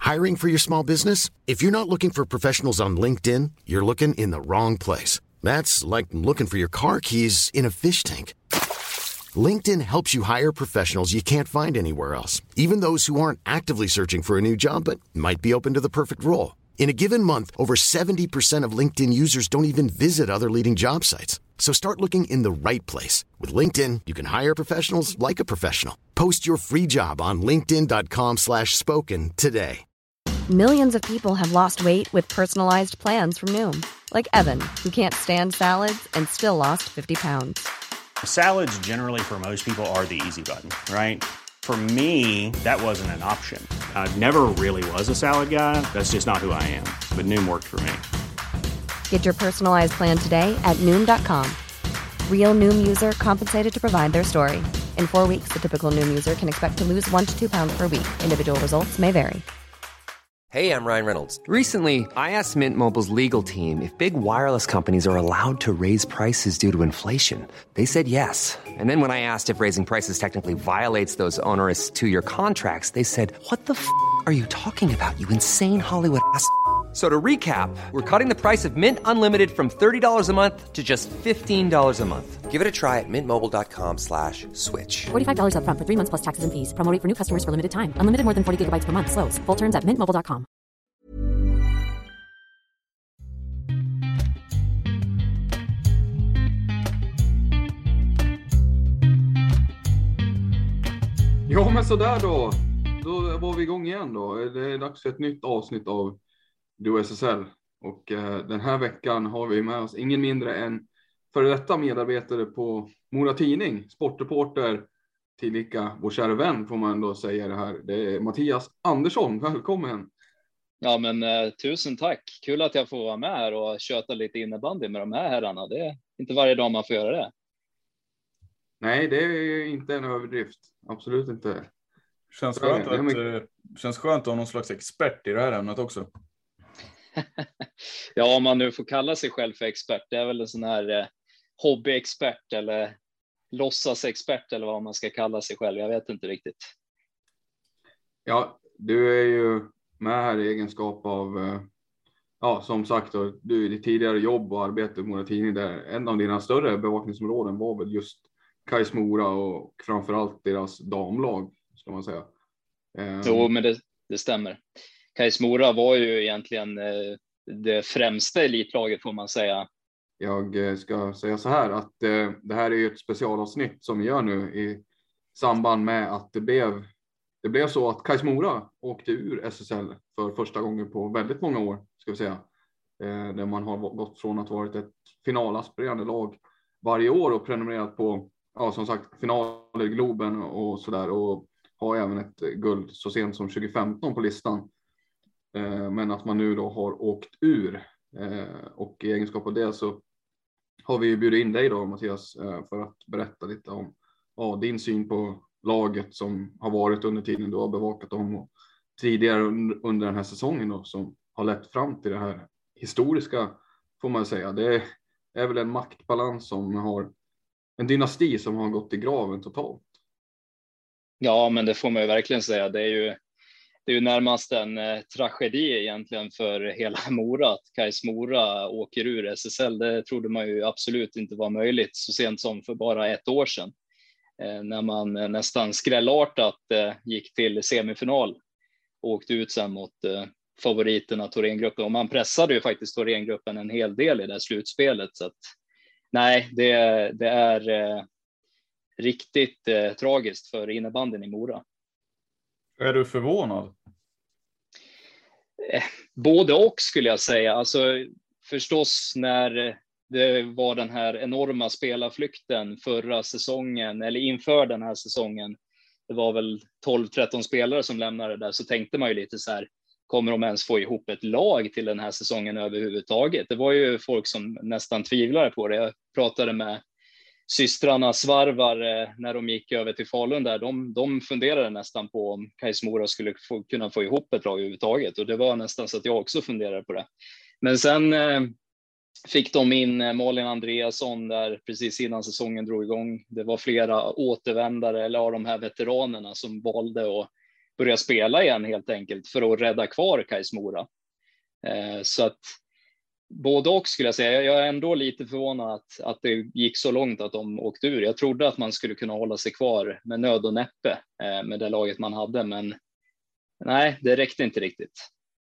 Hiring for your small business? If you're not looking for professionals on LinkedIn, you're looking in the wrong place. That's like looking for your car keys in a fish tank. LinkedIn helps you hire professionals you can't find anywhere else, even those who aren't actively searching for a new job but might be open to the perfect role. In a given month, over 70% of LinkedIn users don't even visit other leading job sites. So start looking in the right place. With LinkedIn, you can hire professionals like a professional. Post your free job on linkedin.com/spoken today. Millions of people have lost weight with personalized plans from Noom. Like Evan, who can't stand salads and still lost 50 pounds. Salads generally for most people are the easy button, right? For me, that wasn't an option. I never really was a salad guy. That's just not who I am. But Noom worked for me. Get your personalized plan today at Noom.com. Real Noom user compensated to provide their story. In 4 weeks, the typical Noom user can expect to lose 1 to 2 pounds per week. Individual results may vary. Hey, I'm Ryan Reynolds. Recently, I asked Mint Mobile's legal team if big wireless companies are allowed to raise prices due to inflation. They said yes. And then when I asked if raising prices technically violates those onerous two-year contracts, they said, "What the f*** are you talking about, you insane Hollywood ass?" So to recap, we're cutting the price of Mint Unlimited from $30 a month to just $15 a month. Give it a try at mintmobile.com/switch. $45 up front for 3 months plus taxes and fees. Promo rate for new customers for limited time. Unlimited more than 40 gigabytes per month. Slows full terms at mintmobile.com. Ja, men sådär då. Då var vi igång igen då. Det är dags för ett nytt avsnitt av Duo SSL. Och den här veckan har vi med oss ingen mindre än före detta medarbetare på Mora Tidning, sportreporter, tillika vår kära vän får man då säga det här. Det är Mattias Andersson, välkommen. Ja, men tusen tack. Kul att jag får vara med här och köta lite innebandy med de här herrarna. Det är inte varje dag man får göra det. Nej, det är inte en överdrift. Absolut inte. Känns skönt att ha någon slags expert i det här ämnet också. Ja, om man nu får kalla sig själv för expert. Det är väl en sån här hobbyexpert eller låtsasexpert eller vad man ska kalla sig själv. Jag vet inte riktigt. Ja, du är ju med här i egenskap av, som sagt, då, du i ditt tidigare jobb och arbete på Mora Tidning, där en av dina större bevakningsområden var väl just Kais Mora och framförallt deras damlag, ska man säga. Jo, men det stämmer. Kais Mora var ju egentligen det främsta elitlaget, får man säga. Jag ska säga så här att det här är ju ett specialavsnitt som vi gör nu i samband med att det blev så att Kais Mora åkte ur SSL för första gången på väldigt många år, ska vi säga. Där man har gått från att vara ett finalaspirerande lag varje år och prenumererat på, som sagt, finaler i Globen och sådär, och har även ett guld så sent som 2015 på listan. Men att man nu då har åkt ur, och i egenskap av det så har vi bjudit in dig då, Mattias, för att berätta lite om din syn på laget som har varit under tiden du har bevakat dem, och tidigare under den här säsongen då, som har lett fram till det här historiska, får man säga. Det är väl en maktbalans som har, en dynasti som har gått i graven totalt. Ja, men det får man ju verkligen säga. Det är ju närmast en tragedi egentligen för hela Mora att Kais Mora åker ur SSL. Det trodde man ju absolut inte var möjligt så sent som för bara ett år sedan. När man nästan skrällartat gick till semifinal och åkte ut sen mot favoriterna Thorengruppen. Och man pressade ju faktiskt Thorengruppen en hel del i det här slutspelet. Så att, nej, det är riktigt tragiskt för innebandyn i Mora. Är du förvånad? Både och skulle jag säga. Alltså, förstås när det var den här enorma spelarflykten förra säsongen, eller inför den här säsongen, det var väl 12-13 spelare som lämnade där, så tänkte man ju lite så här, kommer de ens få ihop ett lag till den här säsongen överhuvudtaget? Det var ju folk som nästan tvivlade på det. Jag pratade med systrarna Svarvar när de gick över till Falun där. De funderade nästan på om Kais Mora skulle kunna få ihop ett lag överhuvudtaget. Och det var nästan så att jag också funderade på det. Men sen fick de in Malin Andreasson där precis innan säsongen drog igång. Det var flera återvändare eller av de här veteranerna som valde att börja spela igen helt enkelt för att rädda kvar Kais Mora. Så att både och skulle jag säga. Jag är ändå lite förvånad att det gick så långt att de åkte ur. Jag trodde att man skulle kunna hålla sig kvar med nöd och näppe med det laget man hade, men nej, det räckte inte riktigt.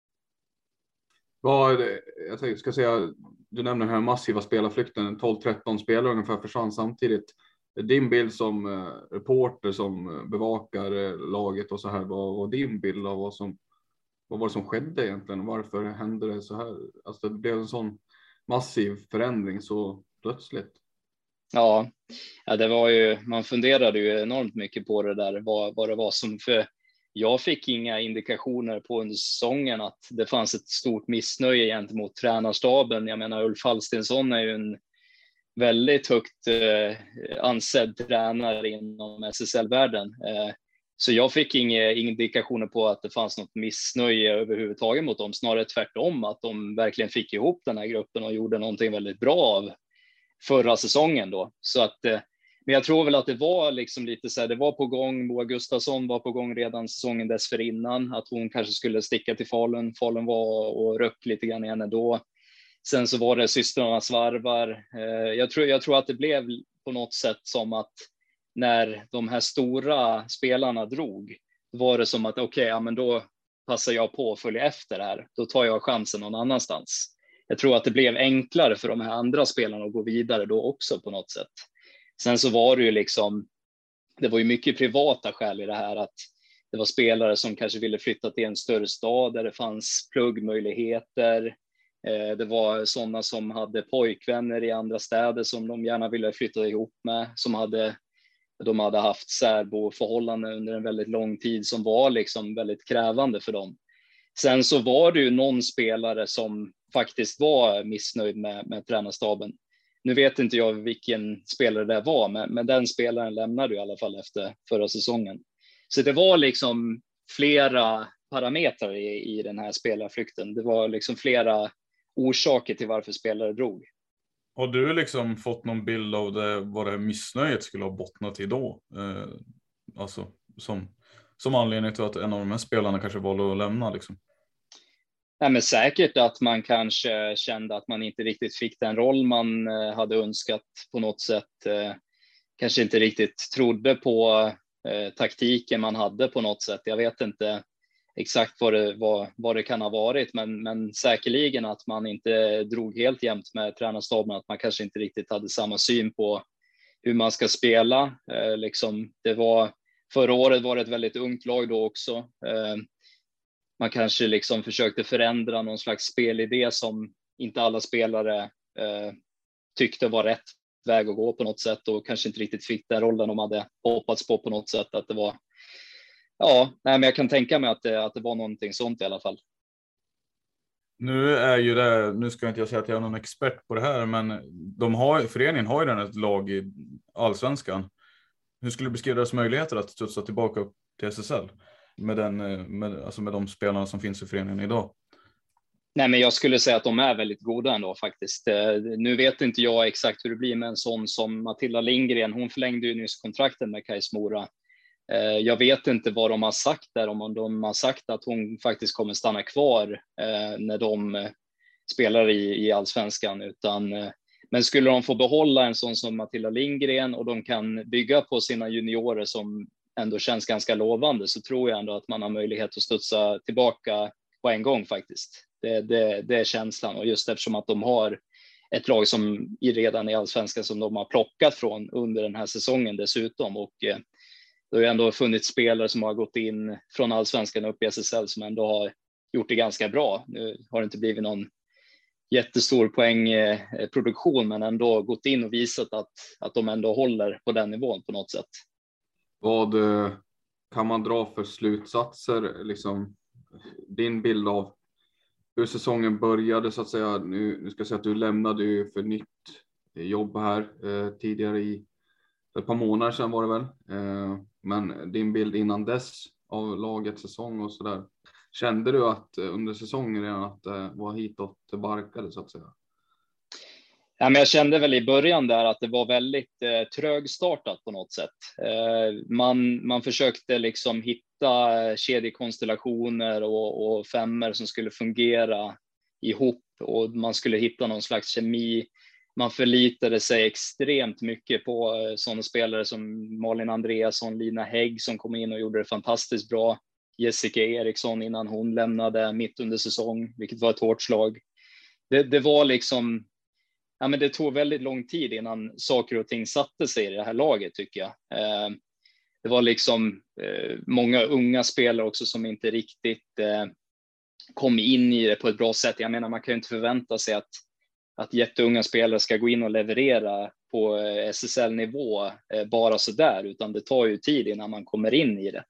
Jag ska säga, du nämner den här massiva spelarflykten, 12-13 spelare ungefär försvann samtidigt. Din bild som reporter som bevakar laget och så här, vad var din bild av vad var det som skedde egentligen? Varför hände det så här? Alltså det blev en sån massiv förändring så plötsligt. Ja, det var ju, man funderade ju enormt mycket på det där, vad det var som, för jag fick inga indikationer på under säsongen att det fanns ett stort missnöje gentemot tränarstaben. Jag menar, Ulf Hallstensson är ju en väldigt högt ansedd tränare inom SSL-världen. Så jag fick inga indikationer på att det fanns något missnöje överhuvudtaget mot dem. Snarare tvärtom, att de verkligen fick ihop den här gruppen och gjorde någonting väldigt bra av förra säsongen då. Så att, men jag tror väl att det var liksom lite så här, det var på gång. Moa Gustafsson var på gång redan säsongen dessförinnan, att hon kanske skulle sticka till Falun. Falun var och röck lite grann i henne då. Sen så var det systrarnas varvar. Jag tror att det blev på något sätt som att när de här stora spelarna drog, var det som att okej, ja, men då passar jag på att följa efter här. Då tar jag chansen någon annanstans. Jag tror att det blev enklare för de här andra spelarna att gå vidare då också på något sätt. Sen så var det ju liksom, det var ju mycket privata skäl i det här, att det var spelare som kanske ville flytta till en större stad där det fanns pluggmöjligheter. Det var sådana som hade pojkvänner i andra städer som de gärna ville flytta ihop med, de hade haft särboförhållanden under en väldigt lång tid som var liksom väldigt krävande för dem. Sen så var det ju någon spelare som faktiskt var missnöjd med tränarstaben. Nu vet inte jag vilken spelare det var, men den spelaren lämnade i alla fall efter förra säsongen. Så det var liksom flera parametrar i den här spelarflykten. Det var liksom flera orsaker till varför spelare drog. Har du liksom fått någon bild av vad det här missnöjet skulle ha bottnat i då? Alltså som anledning till att en av de här spelarna kanske valde att lämna liksom? Nej, men säkert att man kanske kände att man inte riktigt fick den roll man hade önskat på något sätt. Kanske inte riktigt trodde på taktiken man hade på något sätt. Jag vet inte exakt vad det kan ha varit, men säkerligen att man inte drog helt jämnt med tränarstaben, att man kanske inte riktigt hade samma syn på hur man ska spela. Förra året var det ett väldigt ungt lag då också. Man kanske liksom försökte förändra någon slags spelidé som inte alla spelare tyckte var rätt väg att gå på något sätt, och kanske inte riktigt fick den rollen de hade hoppats på något sätt. Att det var, men jag kan tänka mig att det var någonting sånt i alla fall. Nu ska inte jag säga att jag är någon expert på det här, men föreningen har ju ett lag i Allsvenskan. Hur skulle du beskriva deras möjligheter att studsa tillbaka upp till SSL med de spelarna som finns i föreningen idag? Nej, men jag skulle säga att de är väldigt goda ändå faktiskt. Nu vet inte jag exakt hur det blir med en sån som Matilda Lindgren. Hon förlängde ju nyss kontrakten med Kais Mora. Jag vet inte vad de har sagt där, om de har sagt att hon faktiskt kommer stanna kvar när de spelar i Allsvenskan. Men skulle de få behålla en sån som Matilda Lindgren och de kan bygga på sina juniorer som ändå känns ganska lovande, så tror jag ändå att man har möjlighet att studsa tillbaka på en gång faktiskt. Det är känslan, och just eftersom att de har ett lag som redan i Allsvenskan som de har plockat från under den här säsongen dessutom, och det har ju ändå funnits spelare som har gått in från Allsvenskan upp i SSL som ändå har gjort det ganska bra. Nu har det inte blivit någon jättestor poängproduktion, men ändå gått in och visat att de ändå håller på den nivån på något sätt. Vad kan man dra för slutsatser, liksom din bild av hur säsongen började så att säga? Nu ska jag säga att du lämnade ju för nytt jobb här tidigare för ett par månader sedan var det väl. Men din bild innan dess av lagets säsong och sådär. Kände du att under säsongen redan att det var hitåt barkade så att säga? Ja, men jag kände väl i början där att det var väldigt trögstartat på något sätt. Man försökte liksom hitta kedjekonstellationer och femmer som skulle fungera ihop, och man skulle hitta någon slags kemi. Man förlitade sig extremt mycket på sådana spelare som Malin Andreasson, Lina Hägg som kom in och gjorde det fantastiskt bra. Jessica Eriksson innan hon lämnade mitt under säsong, vilket var ett hårt slag. Det var liksom, ja, men det tog väldigt lång tid innan saker och ting satte sig i det här laget, tycker jag. Det var liksom många unga spelare också som inte riktigt kom in i det på ett bra sätt. Jag menar, man kan ju inte förvänta sig att jätteunga spelare ska gå in och leverera på SSL-nivå bara så där, utan det tar ju tid innan man kommer in i det.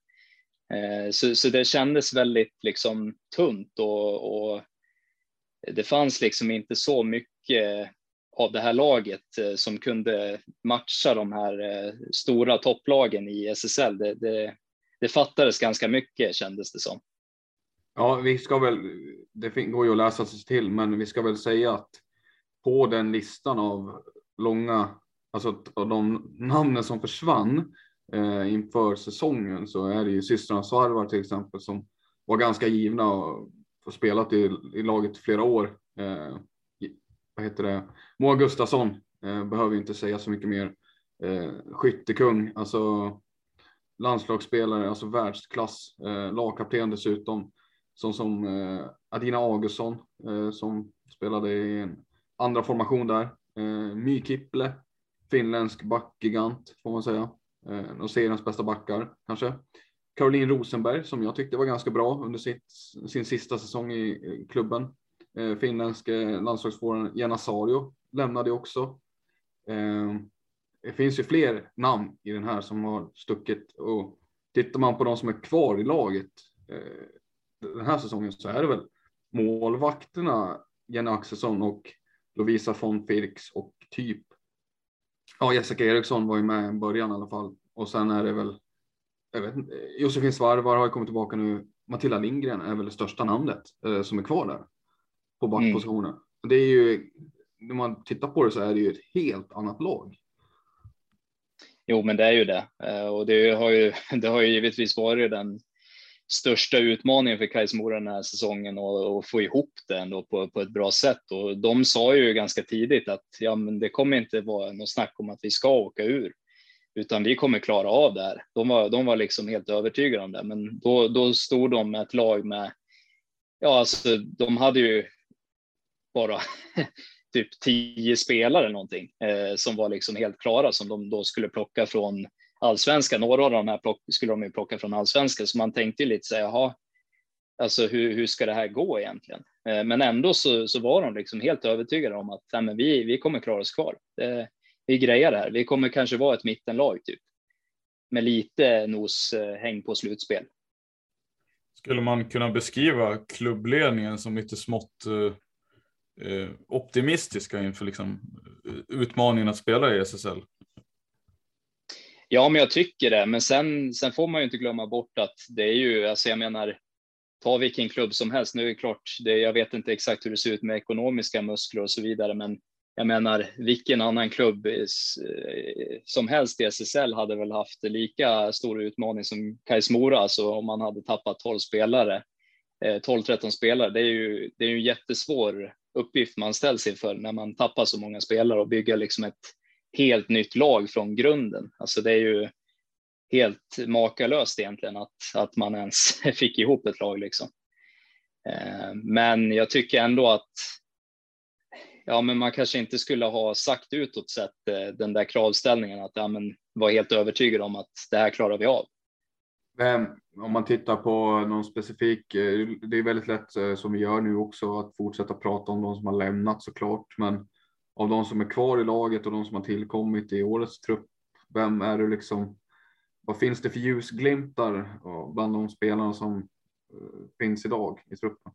Så det kändes väldigt liksom tunt, och det fanns liksom inte så mycket av det här laget som kunde matcha de här stora topplagen i SSL. Det fattades ganska mycket, kändes det som. Ja, vi ska väl, det går ju att läsa sig till, men vi ska väl säga att på den listan av långa, alltså av de namnen som försvann inför säsongen, så är det ju systrarna Svarvar till exempel, som var ganska givna och spelat i laget i flera år. Vad heter det? Moa Gustafsson behöver inte säga så mycket mer. Skyttekung, alltså landslagsspelare, alltså världsklass, lagkapten dessutom. Som Adina Augustsson som spelade i en andra formation där. My Kipple, finländsk backgigant får man säga. Och seriens bästa backar kanske. Caroline Rosenberg som jag tyckte var ganska bra under sin sista säsong i klubben. Finländsk landslagsforward Jenna Sario lämnade också. Det finns ju fler namn i den här som har stuckit, och tittar man på de som är kvar i laget den här säsongen, så är det väl målvakterna Jenny Axelsson och Lovisa von Firks och typ Jessica Eriksson var ju med i början i alla fall, och sen är det väl, jag vet inte, Josefin Svarvar har kommit tillbaka nu. Matilda Lindgren är väl det största namnet som är kvar där på backpositionen. Det är ju, när man tittar på det så är det ju ett helt annat lag. Jo, men det är ju det. Och det har ju givetvis varit den största utmaningen för Kais Mora den här säsongen, och få ihop det ändå på ett bra sätt. Och de sa ju ganska tidigt att ja, men det kommer inte vara något snack om att vi ska åka ur, utan vi kommer klara av det här. De var liksom helt övertygade om det. Men då stod de med ett lag med, ja alltså de hade ju bara typ 10 spelare eller någonting som var liksom helt klara, som de då skulle plocka från allsvenskan. Några av de här skulle de ju plocka från allsvenskan, så man tänkte ju lite så här, jaha, alltså hur ska det här gå egentligen? Men ändå så var de liksom helt övertygade om att nej, men vi kommer klara oss kvar. Vi grejar det här. Vi kommer kanske vara ett mittenlag typ, med lite noshäng på slutspel. Skulle man kunna beskriva klubbledningen som lite smått optimistiska inför liksom utmaningen att spela i SSL? Ja, men jag tycker det. Men sen får man ju inte glömma bort att det är ju, alltså jag menar, ta vilken klubb som helst. Nu är det klart, jag vet inte exakt hur det ser ut med ekonomiska muskler och så vidare, men jag menar, vilken annan klubb som helst i SSL hade väl haft lika stor utmaning som Kais Mora, alltså om man hade tappat 12-13 spelare. Det är ju en jättesvår uppgift man ställs inför när man tappar så många spelare, och bygga liksom ett helt nytt lag från grunden. Alltså det är ju helt makalöst egentligen att man ens fick ihop ett lag liksom. Men jag tycker ändå att ja, men man kanske inte skulle ha sagt utåt sett den där kravställningen att ja, men var helt övertygad om att det här klarar vi av. Om man tittar på någon specifik, det är väldigt lätt som vi gör nu också att fortsätta prata om de som har lämnat såklart, men av de som är kvar i laget och de som har tillkommit i årets trupp, vem är det liksom, vad finns det för ljusglimtar bland de spelarna som finns idag i truppen?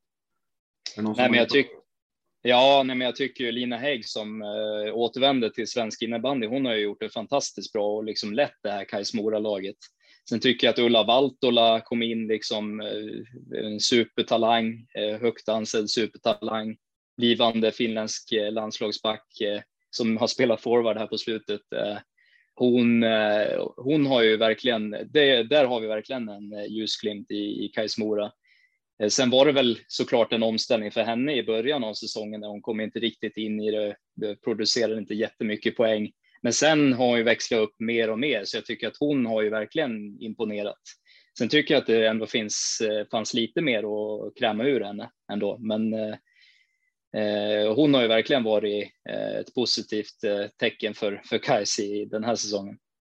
Jag tycker ju Lina Hägg som återvände till svensk innebandy, hon har ju gjort det fantastiskt bra och liksom lett det här Kais Mora-laget. Sen tycker jag att Ulla Valtola kom in liksom en supertalang, högt ansedd supertalang, blivande finländsk landslagsback som har spelat forward här på slutet. hon har ju verkligen, där har vi verkligen en ljusglimt i Kais Mora. Sen var det väl såklart en omställning för henne i början av säsongen när hon kom inte riktigt in i det, producerade inte jättemycket poäng. Men sen har hon ju växlat upp mer och mer, så jag tycker att hon har ju verkligen imponerat. Sen tycker jag att det ändå fanns lite mer att kräma ur henne ändå. Men hon har ju verkligen varit ett positivt tecken för Kais i den här säsongen.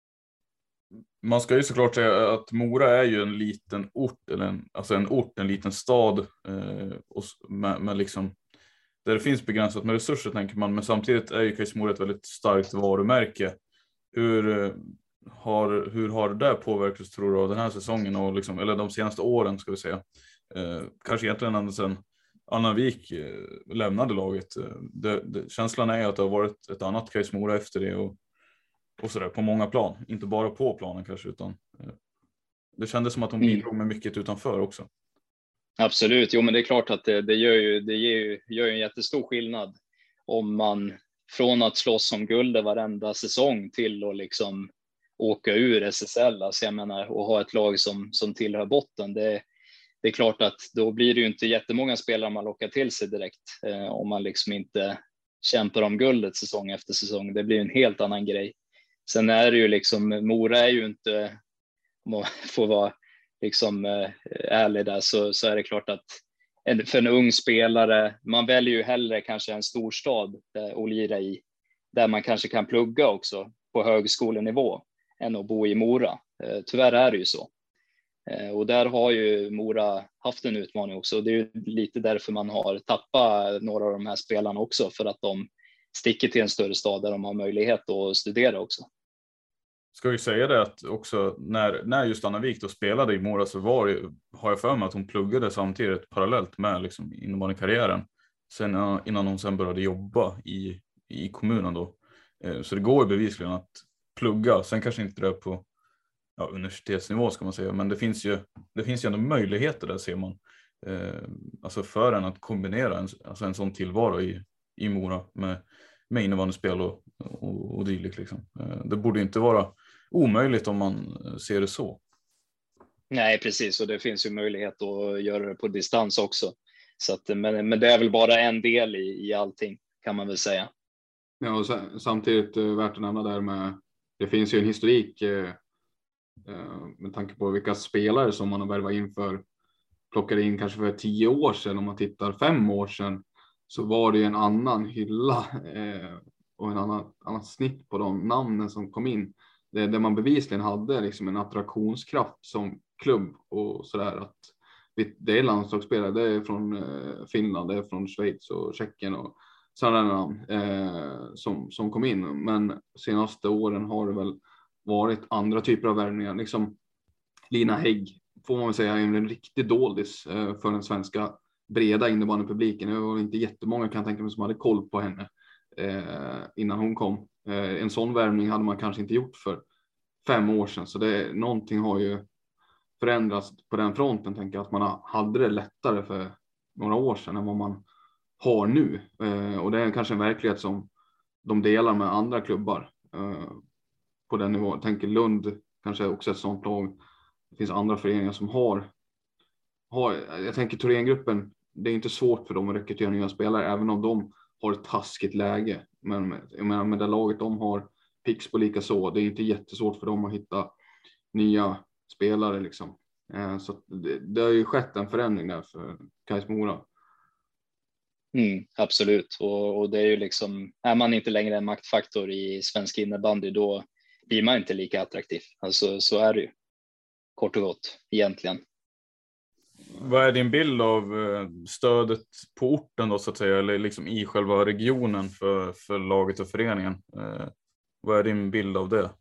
Man ska ju såklart säga att Mora är ju en liten ort, eller en liten stad med liksom, där det finns begränsat med resurser, tänker man. Men samtidigt är ju Kais Mora ett väldigt starkt varumärke. Hur har det påverkats, tror du, av den här säsongen och liksom, eller de senaste åren, ska vi säga? Kanske egentligen ända sedan Anna Wik lämnade laget. Känslan är att det har varit ett annat Kais Mora efter det och sådär på många plan. Inte bara på planen kanske, utan det kändes som att hon bidrog med mycket utanför också. Absolut, jo men det är klart att det gör en jättestor skillnad om man från att slåss om guld varenda säsong till att liksom åka ur SSL, alltså jag menar, och ha ett lag som tillhör botten. Det är klart att då blir det ju inte jättemånga spelare man lockar till sig direkt om man liksom inte kämpar om guldet säsong efter säsong. Det blir en helt annan grej. Sen är det ju liksom, Mora är ju inte, om man får vara liksom ärlig där, så är det klart att för en ung spelare, man väljer ju hellre kanske en storstad att lira i, där man kanske kan plugga också på högskolenivå, än att bo i Mora. Tyvärr är det ju så. Och där har ju Mora haft en utmaning också. Det är ju lite därför man har tappat några av de här spelarna också, för att de sticker till en större stad där de har möjlighet att studera också. Ska vi säga det att också när just Anna Wik då spelade i Mora, så har jag för mig att hon pluggade samtidigt parallellt med liksom innebandykarriären. Sen innan hon sen började jobba i kommunen då. Så det går ju bevisligen att plugga. Sen kanske inte det på universitetsnivå, ska man säga, men det finns ju ändå möjligheter där, ser man. Alltså för en att kombinera en sån tillvaro i Mora med innebandyspel och dylikt liksom. Det borde inte vara omöjligt om man ser det så. Nej, precis, och det finns ju möjlighet att göra det på distans också. Så att, men det är väl bara en del i allting, kan man väl säga. Ja, och samtidigt värt att nämna där med, det finns ju en historik med tanke på vilka spelare som man har värvat in plockade in kanske för 10 år sedan. Om man tittar 5 år sedan, så var det ju en annan hylla och en annat snitt på de namnen som kom in. Där man bevisligen hade liksom en attraktionskraft som klubb och sådär, att det är landslagsspelare, det är från Finland, det är från Schweiz och Tjeckien och sådana namn som kom in. Men senaste åren har det väl varit andra typer av värvningar. Liksom Lina Hägg får man väl säga är en riktig doldis för den svenska breda innebandypubliken. Det var inte jättemånga, kan jag tänka mig, som hade koll på henne innan hon kom. En sån värvning hade man kanske inte gjort för 5 år sedan. Så någonting har ju förändrats på den fronten, tänker jag, att man hade det lättare för några år sedan än vad man har nu. Och det är kanske en verklighet som de delar med andra klubbar på den nivån. Jag tänker Lund kanske också ett sånt lag. Det finns andra föreningar som har jag tänker Thorengruppen, det är inte svårt för dem att rekrytera nya spelare, även om de har ett taskigt läge. Men med det laget de har, Pixbo lika så, det är inte jättesvårt för dem att hitta nya spelare liksom. Så det har ju skett en förändring där för Kais Mora. Absolut, och det är ju liksom, är man inte längre en maktfaktor i svensk innebandy, då blir man inte lika attraktiv. Alltså så är det ju, kort och gott egentligen. Vad är din bild av stödet på orten då, så att säga, eller liksom i själva regionen för laget och föreningen? Vad är din bild av det?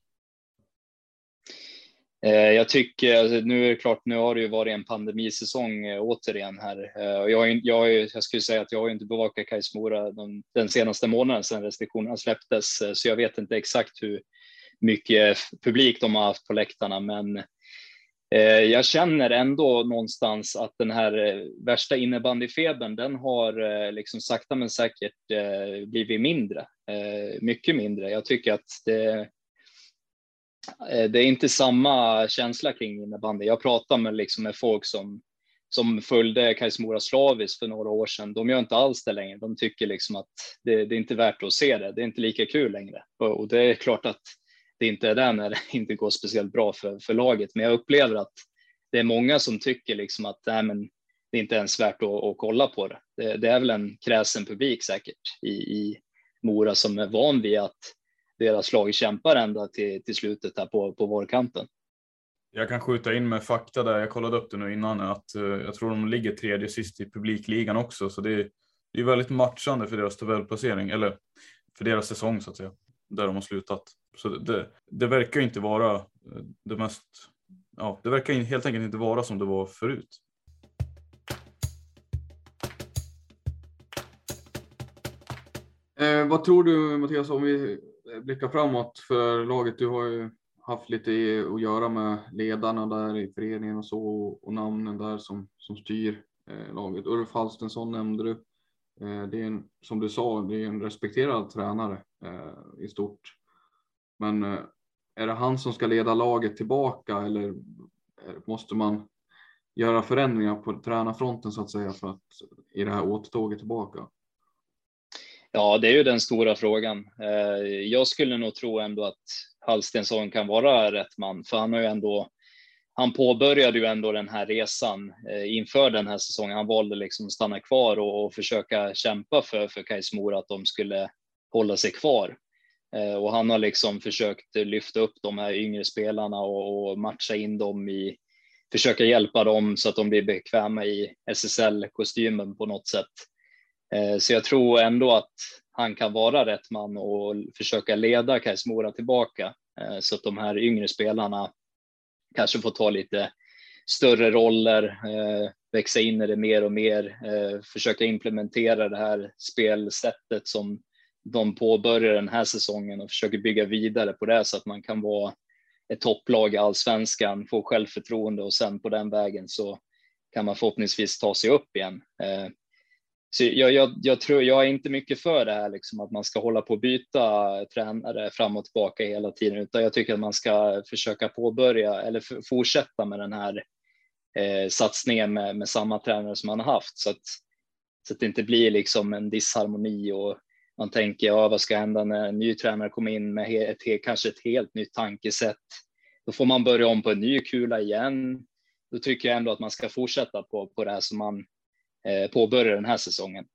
Jag tycker, alltså, nu är det klart, nu har det ju varit en pandemisäsong återigen här. Jag skulle säga att jag har inte bevakat Kais Mora den senaste månaden sedan restriktionerna släpptes, så jag vet inte exakt hur mycket publik de har haft på läktarna, men jag känner ändå någonstans att den här värsta innebandyfebern, den har liksom sakta men säkert blivit mindre, mycket mindre. Jag tycker att Det är inte samma känsla kring innebandy. Jag pratar med folk som följde Kais Mora slaviskt för några år sedan. De gör inte alls det längre. De tycker liksom att det är inte värt att se det. Det är inte lika kul längre. Och det är klart att det inte är det när det inte går speciellt bra för laget. Men jag upplever att det är många som tycker liksom att men det är inte ens värt att kolla på det. Det är väl en kräsen publik säkert i Mora som är van vid att deras lag kämpar ända till slutet här på vårkanten. Jag kan skjuta in med fakta där. Jag kollade upp det nu innan att jag tror de ligger 3:e sist i publikligan också. Så det är väldigt matchande för deras tabellplacering, eller för deras säsong så att säga, där de har slutat. Så det verkar inte vara det mest, ja, det verkar helt enkelt inte vara som det var förut. Vad tror du, Mattias, om vi blickar framåt för laget? Du har ju haft lite att göra med ledarna där i föreningen och så, och namnen där som styr laget. Ulf Halstensson nämnde du. Det är som du sa, det är en respekterad tränare i stort. Men är det han som ska leda laget tillbaka, eller måste man göra förändringar på tränarfronten så att säga för att i det här återtåget tillbaka? Ja, det är ju den stora frågan. Jag skulle nog tro ändå att Halstensson kan vara rätt man, för han påbörjade ju ändå den här resan inför den här säsongen. Han valde liksom att stanna kvar och försöka kämpa för Kais Mora att de skulle hålla sig kvar. Och han har liksom försökt lyfta upp de här yngre spelarna och matcha in dem försöka hjälpa dem så att de blir bekväma i SSL-kostymen på något sätt. Så jag tror ändå att han kan vara rätt man och försöka leda Kais Mora tillbaka så att de här yngre spelarna kanske får ta lite större roller, växa in i det mer och mer, försöka implementera det här spelsättet som de påbörjar den här säsongen och försöker bygga vidare på det så att man kan vara ett topplag i allsvenskan, få självförtroende och sen på den vägen så kan man förhoppningsvis ta sig upp igen. Så jag tror, jag är inte mycket för det här liksom, att man ska hålla på att byta tränare fram och tillbaka hela tiden, utan jag tycker att man ska försöka påbörja eller fortsätta med den här satsningen med samma tränare som man har haft, så att det inte blir liksom en disharmoni och man tänker vad ska hända när en ny tränare kommer in med kanske ett helt nytt tankesätt. Då får man börja om på en ny kula igen. Då tycker jag ändå att man ska fortsätta på det här som man påbörjar den här säsongen.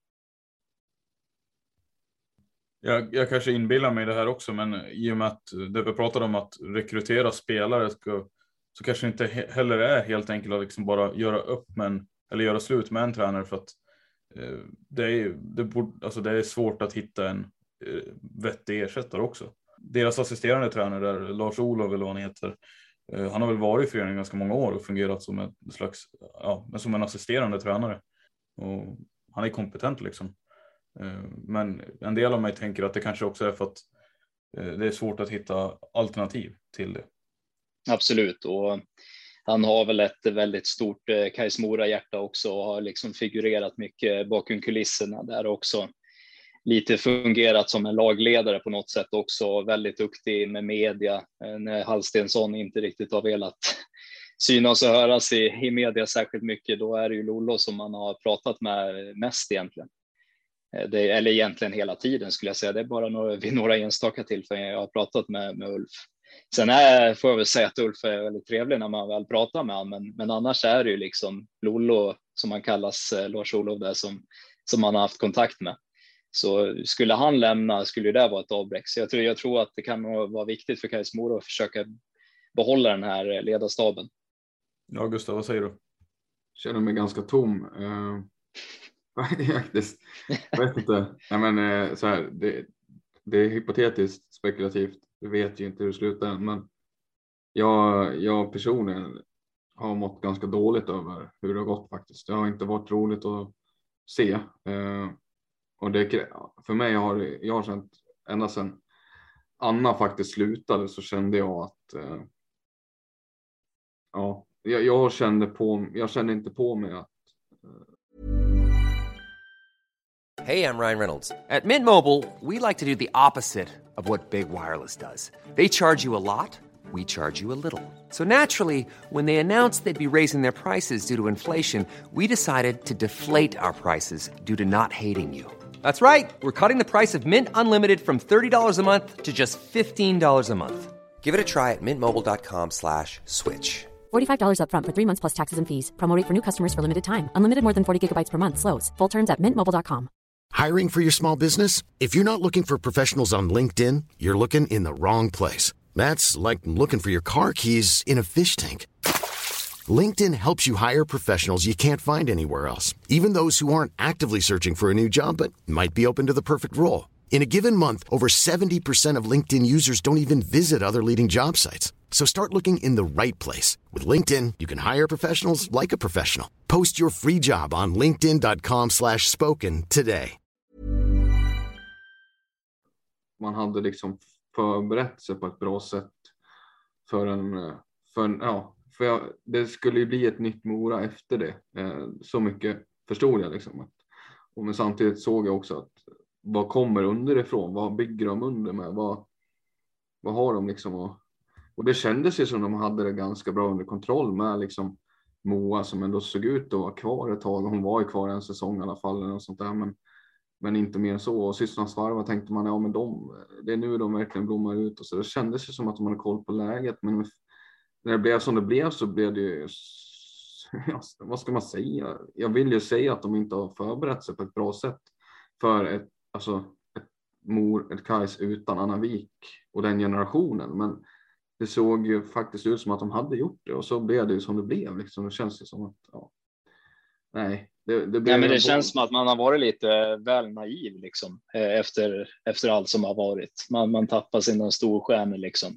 Jag kanske inbillar mig det här också, men i och med att det vi pratade om att rekrytera spelare så kanske inte heller är helt enkelt att liksom bara göra upp eller göra slut med en tränare, för att det är svårt att hitta en vettig ersättare också. Deras assisterande tränare där, Lars-Olof eller vad han heter, han har väl varit i föreningen ganska många år och fungerat som en slags, som en assisterande tränare. Och han är kompetent liksom. Men en del av mig tänker att det kanske också är för att det är svårt att hitta alternativ till det. Absolut, och han har väl ett väldigt stort Kais Mora-hjärta också och har liksom figurerat mycket bakom kulisserna där också. Lite fungerat som en lagledare på något sätt också, väldigt duktig med media när Halstensson inte riktigt har velat synas och höras i media särskilt mycket. Då är det ju Lollo som man har pratat med mest egentligen. Eller egentligen hela tiden skulle jag säga. Det är bara vid några enstaka tillfällen jag har pratat med Ulf. Sen får jag väl säga att Ulf är väldigt trevlig när man väl pratar med honom. Men annars är det ju liksom Lollo som man kallas, Lars-Olof där, som man har haft kontakt med. Så skulle han lämna skulle det vara ett avbräck. Så jag tror att det kan vara viktigt för Kais Mora att försöka behålla den här ledarstaben. Ja, Gustav, vad säger du? Känner mig ganska tom. Faktiskt. Jag vet inte. Nej, men, så här, det är hypotetiskt spekulativt. Vi vet ju inte hur det slutar. Men jag personligen har mått ganska dåligt över hur det har gått faktiskt. Det har inte varit roligt att se. Och för mig jag har känt ända sedan Anna faktiskt slutade, så kände jag att jag kände inte på mig att Hey, I'm Ryan Reynolds. At Mint Mobile, we like to do the opposite of what Big Wireless does. They charge you a lot, we charge you a little. So naturally, when they announced they'd be raising their prices due to inflation, we decided to deflate our prices due to not hating you. That's right. We're cutting the price of Mint Unlimited from $30 a month to just $15 a month. Give it a try at mintmobile.com/switch. $45 up front for 3 months plus taxes and fees. Promo rate for new customers for limited time. Unlimited more than 40 gigabytes per month slows. Full terms at mintmobile.com. Hiring for your small business? If you're not looking for professionals on LinkedIn, you're looking in the wrong place. That's like looking for your car keys in a fish tank. LinkedIn helps you hire professionals you can't find anywhere else, even those who aren't actively searching for a new job but might be open to the perfect role. In a given month, over 70% of LinkedIn users don't even visit other leading job sites. So start looking in the right place. With LinkedIn, you can hire professionals like a professional. Post your free job on linkedin.com/spoken today. Man hade liksom förberett sig på ett bra sätt det skulle ju bli ett nytt Mora efter det. Så mycket förstod jag liksom. Men samtidigt såg jag också att vad kommer underifrån? Vad bygger de under med? Vad har de liksom? Och det kändes ju som de hade det ganska bra under kontroll med liksom Moa som ändå såg ut att vara kvar ett tag. Hon var ju kvar en säsong i alla fall och sånt där, men inte mer så. Och Systrarna Svarva tänkte man, ja men det är nu de verkligen blommar ut. Och så det kändes ju som att de hade koll på läget. Men när det blev som det blev så blev det ju, vad ska man säga? Jag vill ju säga att de inte har förberett sig på ett bra sätt för ett Kais utan Anna Wik och den generationen. Men det såg ju faktiskt ut som att de hade gjort det. Och så blev det ju som det blev. Liksom. Det känns ju som att, nej. Det känns som att man har varit lite väl naiv liksom, efter allt som har varit. Man tappar sina storstjärnor liksom.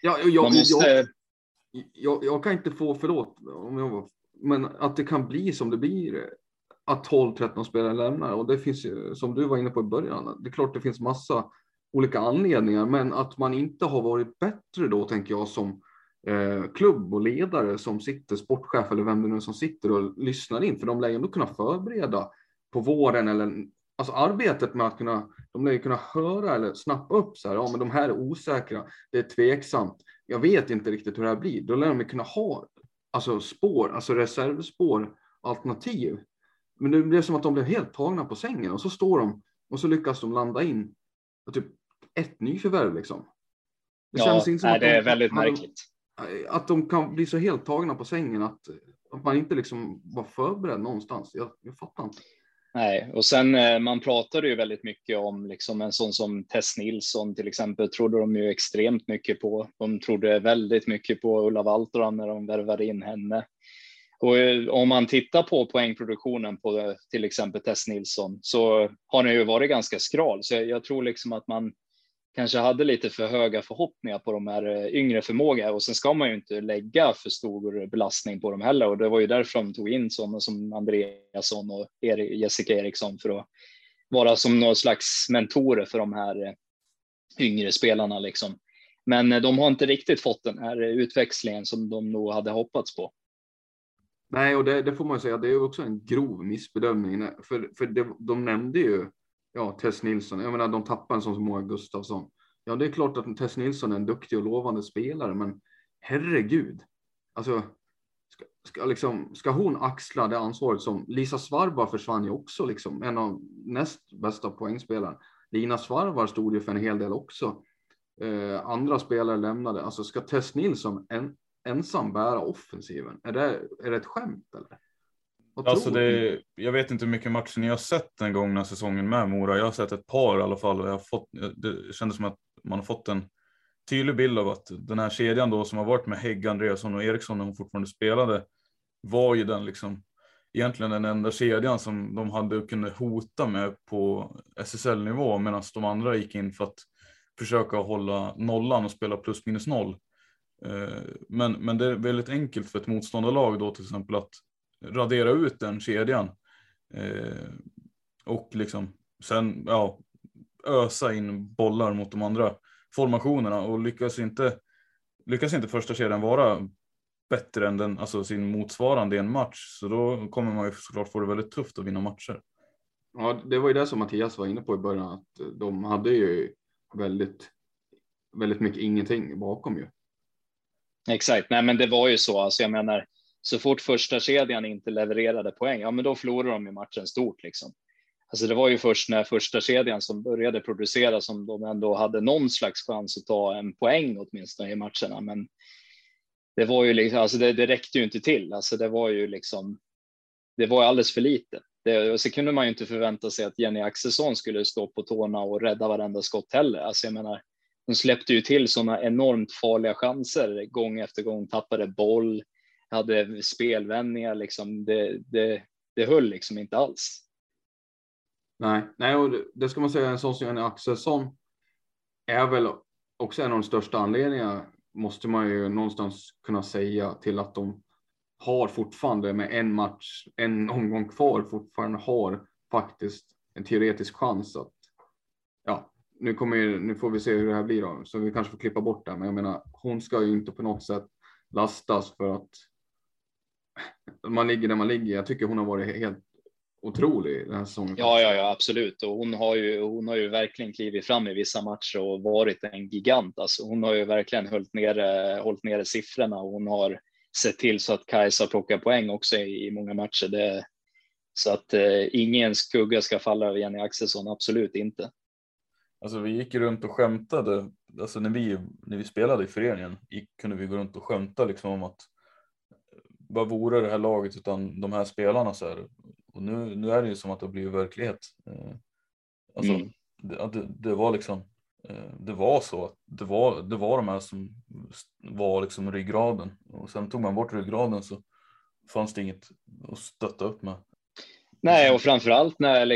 Jag kan inte få men att det kan bli som det blir, att 12-13 spelare lämnar. Och det finns ju, som du var inne på i början, det är klart det finns massa olika anledningar, men att man inte har varit bättre då, tänker jag, som klubb och ledare som sitter, sportchef eller vem det nu är som sitter och lyssnar in, för de lär ju ändå kunna förbereda på våren, eller alltså arbetet med att de lär ju kunna höra eller snappa upp så här, ja men de här är osäkra, det är tveksamt, jag vet inte riktigt hur det här blir. Då lär de kunna ha reservspår, alternativ. Men det blev som att de blev helt tagna på sängen, och så står de och så lyckas de landa in typ ett nyförvärv liksom. Det känns inte som att det är väldigt märkligt. Att de kan bli så helt tagna på sängen att man inte liksom var förberedd någonstans. Jag fattar inte. Nej, och sen man pratade ju väldigt mycket om liksom en sån som Tess Nilsson till exempel, trodde de ju extremt mycket på. De trodde väldigt mycket på Ulla Valtoran när de värvade in henne. Och om man tittar på poängproduktionen på till exempel Tess Nilsson, så har den ju varit ganska skral. Så jag tror liksom att man kanske hade lite för höga förhoppningar på de här yngre förmågor, och sen ska man ju inte lägga för stor belastning på dem heller, och det var ju därför de tog in sådana som Andreasson och Jessica Eriksson för att vara som någon slags mentorer för de här yngre spelarna liksom. Men de har inte riktigt fått den här utväxlingen som de nog hade hoppats på. Nej, och det får man ju säga, det är också en grov missbedömning, för de nämnde ju Tess Nilsson. Jag menar, de tappar en sån som Moa Gustafsson. Ja, det är klart att Tess Nilsson är en duktig och lovande spelare, men herregud. Alltså, ska hon axla det ansvaret som Lisa Svarvar försvann ju också liksom, en av näst bästa poängspelare. Lina Svarvar stod ju för en hel del också. Andra spelare lämnade. Alltså, ska Tess Nilsson ensam bära offensiven? Är det ett skämt eller? Alltså jag vet inte hur mycket matcher ni har sett den gångna säsongen med Mora. Jag har sett ett par i alla fall, och det kändes som att man har fått en tydlig bild av att den här kedjan då som har varit med Hägg, Andreasson och Eriksson när hon fortfarande spelade, var ju den liksom egentligen den enda kedjan som de hade kunnat hota med på SSL-nivå, medan de andra gick in för att försöka hålla nollan och spela plus minus noll. Men det är väldigt enkelt för ett motståndarlag då till exempel att radera ut den kedjan och liksom sen ösa in bollar mot de andra formationerna, och lyckas inte första kedjan vara bättre än sin motsvarande i en match, så då kommer man ju såklart få det väldigt tufft att vinna matcher. Ja, det var ju det som Mattias var inne på i början, att de hade ju väldigt, väldigt mycket ingenting bakom ju. Exakt, nej men det var ju så, alltså jag menar, så fort första kedjan inte levererade poäng, ja men då förlorade de i matchen stort liksom. Alltså det var ju först när första kedjan som började producera som de ändå hade någon slags chans att ta en poäng åtminstone i matcherna, men det var ju liksom, alltså det räckte ju inte till, alltså det var ju liksom, det var alldeles för lite. Och så kunde man ju inte förvänta sig att Jenny Axelsson skulle stå på tårna och rädda varenda skott heller. Alltså jag menar, de släppte ju till sådana enormt farliga chanser gång efter gång, tappade boll, hade spelvändningar liksom, det höll liksom inte alls. Nej, och det ska man säga, en sån som Jenny Axelsson är väl också en av de största anledningarna, måste man ju någonstans kunna säga, till att de har fortfarande med en omgång kvar fortfarande har faktiskt en teoretisk chans att, ja, nu får vi se hur det här blir då, så vi kanske får klippa bort det, men jag menar, hon ska ju inte på något sätt lastas för att man ligger där man ligger. Jag tycker hon har varit helt otrolig den här säsongen. Ja, absolut. Och hon har ju verkligen klivit fram i vissa matcher och varit en gigant. Alltså, hon har ju verkligen hållit nere siffrorna, och hon har sett till så att Kajsa plockar poäng också i många matcher. Så att ingen skugga ska falla över Jenny Axelsson, absolut inte. Alltså vi gick runt och skämtade, alltså när vi spelade i föreningen kunde vi gå runt och skämta liksom om att vad vore det här laget utan de här spelarna så här. Och nu är det ju som att det blir verklighet. Alltså det var liksom, det var så att det var de här som var liksom ryggraden, och sen tog man bort ryggraden så fanns det inget att stötta upp med. Nej, och framförallt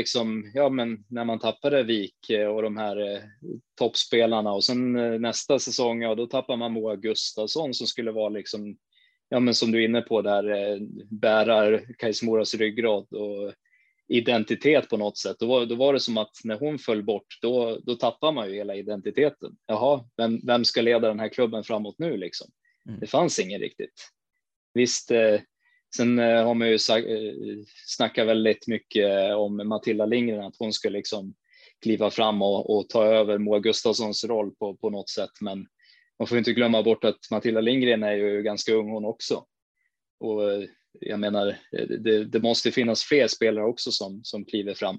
när man tappade Vik och de här toppspelarna, och sen nästa säsong, ja, då tappar man Moa Gustafsson som skulle vara liksom, ja men som du är inne på där, bärar KIS Moras ryggrad och identitet på något sätt. Då var det som att när hon föll bort, då tappar man ju hela identiteten. Jaha, vem ska leda den här klubben framåt nu liksom? Det fanns ingen riktigt. Visst, sen har man ju snackat väldigt mycket om Matilda Lindgren, att hon ska liksom kliva fram och ta över Moa Gustafssons roll på något sätt, men man får inte glömma bort att Matilda Lindgren är ju ganska ung hon också. Och jag menar, det måste finnas fler spelare också som kliver fram.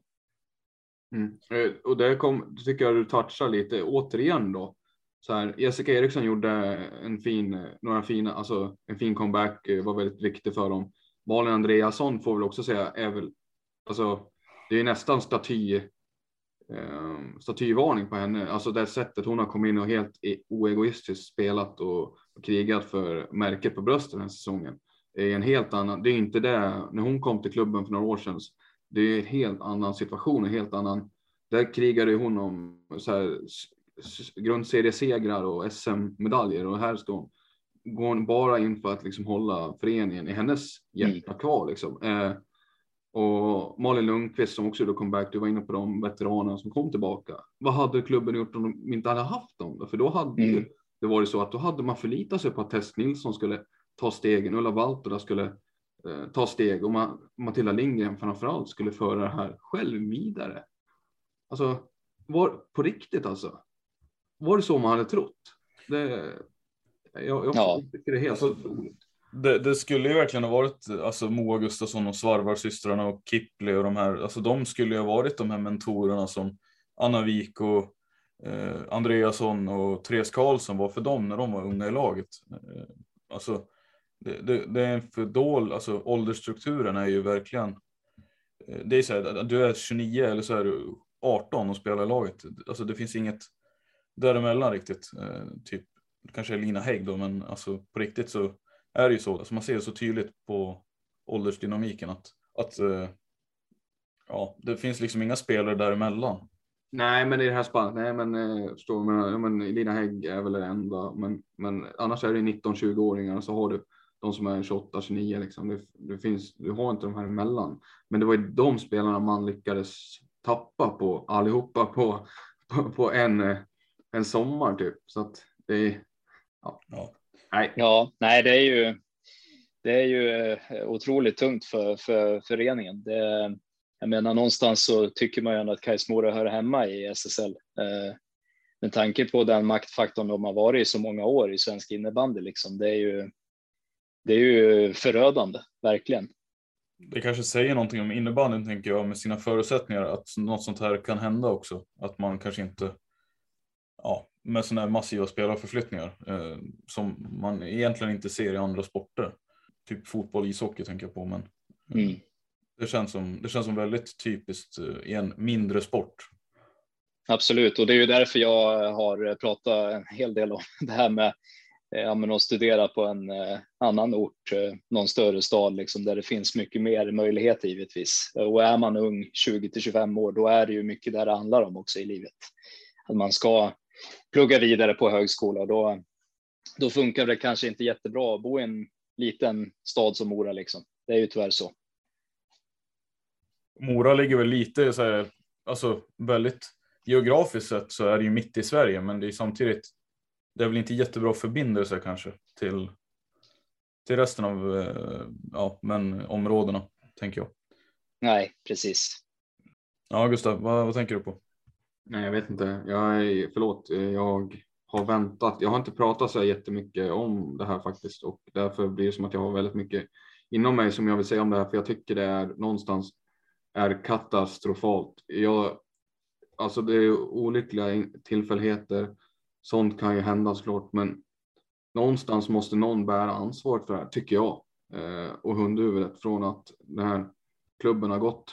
Och det tycker jag du touchar lite återigen då. Så här, Jessica Eriksson gjorde en fin comeback, var väldigt viktig för dem. Malin Andreasson får väl också säga det är nästan statyvarning på henne. Alltså det sättet hon har kommit in och helt oegoistiskt spelat och krigat för märket på bröstet den här säsongen. Det är en helt annan, det är inte det när hon kom till klubben för några år sedan. Det är en helt annan situation, en helt annan. Där krigade hon om så här grundseriesegrar och SM-medaljer, och här går hon bara in för att liksom hålla föreningen i hennes hjärta kvar liksom. Och Malin Lundqvist som också då comeback, du var inne på de veteranerna som kom tillbaka. Vad hade klubben gjort om de inte hade haft dem? För då hade det varit så att då hade man förlitat sig på att Tess Nilsson skulle ta stegen, Ulla Valtola skulle ta steg, och Matilda Lindgren framförallt skulle föra det här själv vidare. Alltså, på riktigt alltså. Var det så man hade trott? Jag tycker det är helt otroligt. Det skulle ju verkligen ha varit alltså Moa Gustafsson och Svarvarsystrarna och Kipli och de här, alltså de skulle ju ha varit de här mentorerna som Anna Wik och Andreasson och Therese Karlsson var för dem när de var unga i laget. Alltså det är en för dålig, alltså åldersstrukturen är ju verkligen, det är så här, du är 29 eller så är du 18 och spelar i laget. Alltså det finns inget däremellan riktigt, typ kanske Lina Hägg då, men alltså på riktigt så är det ju så. Alltså man ser så tydligt på åldersdynamiken att det finns liksom inga spelare däremellan. Nej, men i det här spannet, men Lina Hägg är väl det enda, men annars är det 19-20-åringar, så har du de som är 28-29 liksom. Du har inte de här emellan. Men det var ju de spelarna man lyckades tappa på allihopa på en sommar typ, så att det är nej, det är ju otroligt tungt för föreningen. Jag menar, någonstans så tycker man ju att KIS Mora hör hemma i SSL. med tanke på den maktfaktorn de har varit i så många år i svensk innebandy liksom, det är ju förödande, verkligen. Det kanske säger någonting om innebandyn, tänker jag, med sina förutsättningar, att något sånt här kan hända också. Att man kanske inte, med sådana här massiva spelarförflyttningar som man egentligen inte ser i andra sporter. Typ fotboll, ishockey tänker jag på, men det känns som väldigt typiskt i en mindre sport. Absolut, och det är ju därför jag har pratat en hel del om det här med att studera på en annan ort, någon större stad liksom, där det finns mycket mer möjligheter givetvis. Och är man ung, 20-25 år, då är det ju mycket där det handlar om också i livet. Att man ska plugga vidare på högskola, och då funkar det kanske inte jättebra att bo i en liten stad som Mora liksom. Det är ju tyvärr så. Mora ligger väl lite så här, alltså väldigt geografiskt sett så är det ju mitt i Sverige, men det är samtidigt, det är väl inte jättebra förbindelser kanske till resten av områdena, tänker jag. Nej, precis. Ja, Gustav, vad tänker du på? Nej, jag vet inte. Jag har väntat. Jag har inte pratat så jättemycket om det här faktiskt, och därför blir det som att jag har väldigt mycket inom mig som jag vill säga om det här, för jag tycker det är någonstans katastrofalt. Alltså det är olyckliga tillfälligheter. Sånt kan ju hända såklart, men någonstans måste någon bära ansvaret för det här, tycker jag. Och hundhuvudet från att den här klubben har gått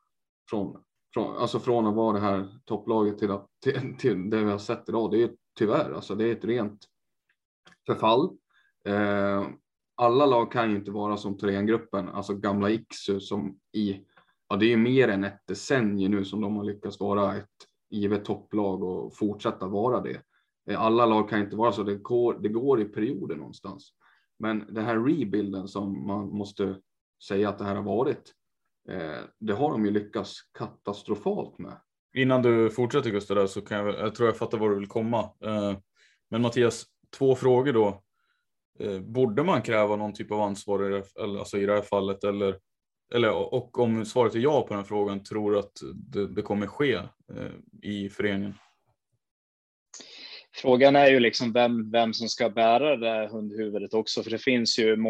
från att vara det här topplaget till det vi har sett idag. Det är tyvärr, alltså det är ett rent förfall. Alla lag kan ju inte vara som Thorengruppen, alltså gamla Iksu som det är mer än ett decennium nu som de har lyckats vara ett givet topplag och fortsätta vara det. Alla lag kan inte vara så, det går i perioder någonstans. Men den här rebuilden som man måste säga att det här har varit, det har de ju lyckats katastrofalt med. Innan du fortsätter, Gustav, där, så kan jag tror jag fattar var du vill komma. Men Mattias, 2 frågor då. Borde man kräva någon typ av ansvar i det här fallet, och om svaret är ja på den frågan, tror du att det kommer ske i föreningen? Frågan är ju liksom vem som ska bära det här hundhuvudet också, för det finns ju